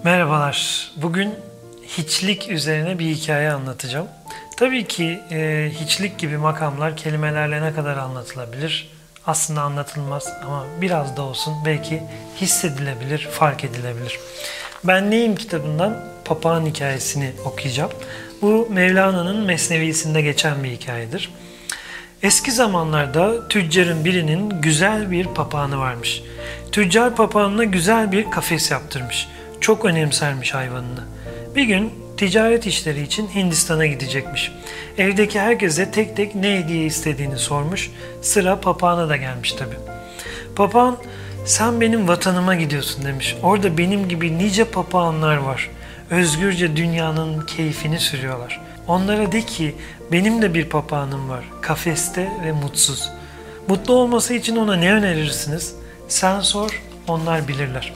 Merhabalar. Bugün hiçlik üzerine bir hikaye anlatacağım. Tabii ki hiçlik gibi makamlar kelimelerle ne kadar anlatılabilir? Aslında anlatılmaz ama biraz da olsun belki hissedilebilir, fark edilebilir. Ben Neyim kitabından Papağan hikayesini okuyacağım. Bu Mevlana'nın Mesnevisinde geçen bir hikayedir. Eski zamanlarda tüccarın birinin güzel bir papağanı varmış. Tüccar papağanına güzel bir kafes yaptırmış. Çok önemsermiş hayvanını. Bir gün ticaret işleri için Hindistan'a gidecekmiş. Evdeki herkese tek tek ne hediye istediğini sormuş. Sıra papağana da gelmiş tabii. Papağan, "Sen benim vatanıma gidiyorsun," demiş. "Orada benim gibi nice papağanlar var. Özgürce dünyanın keyfini sürüyorlar. Onlara de ki benim de bir papağanım var. Kafeste ve mutsuz. Mutlu olması için ona ne önerirsiniz? Sen sor, onlar bilirler."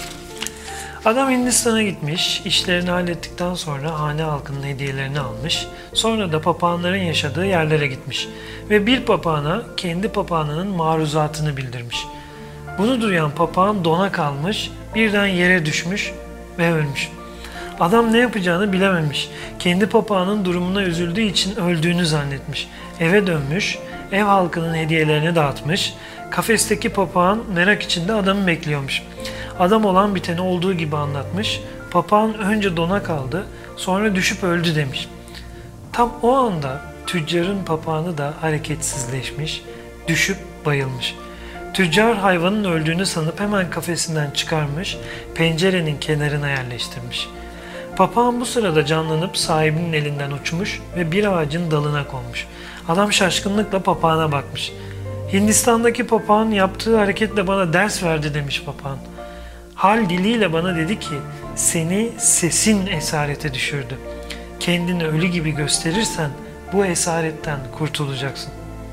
Adam Hindistan'a gitmiş, işlerini hallettikten sonra hane halkının hediyelerini almış, sonra da papağanların yaşadığı yerlere gitmiş ve bir papağana kendi papağanının maruzatını bildirmiş. Bunu duyan papağan dona kalmış, birden yere düşmüş ve ölmüş. Adam ne yapacağını bilememiş. Kendi papağanın durumuna üzüldüğü için öldüğünü zannetmiş. Eve dönmüş, ev halkının hediyelerini dağıtmış. Kafesteki papağan merak içinde adamı bekliyormuş. Adam olan biteni olduğu gibi anlatmış. Papağan önce dona kaldı, sonra düşüp öldü demiş. Tam o anda tüccarın papağanı da hareketsizleşmiş, düşüp bayılmış. Tüccar hayvanın öldüğünü sanıp hemen kafesinden çıkarmış, pencerenin kenarına yerleştirmiş. Papağan bu sırada canlanıp sahibinin elinden uçmuş ve bir ağacın dalına konmuş. Adam şaşkınlıkla papağana bakmış. "Hindistan'daki papağan yaptığı hareketle bana ders verdi," demiş papağan. "Hal diliyle bana dedi ki seni sesin esarete düşürdü. Kendini ölü gibi gösterirsen bu esaretten kurtulacaksın."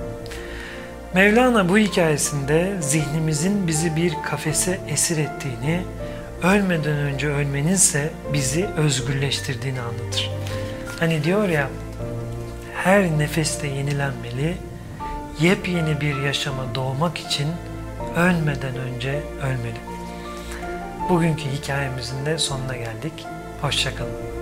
Mevlana bu hikayesinde zihnimizin bizi bir kafese esir ettiğini, ölmeden önce ölmeninse bizi özgürleştirdiğini anlatır. Hani diyor ya, her nefeste yenilenmeli, yepyeni bir yaşama doğmak için ölmeden önce ölmeli. Bugünkü hikayemizin de sonuna geldik. Hoşça kalın.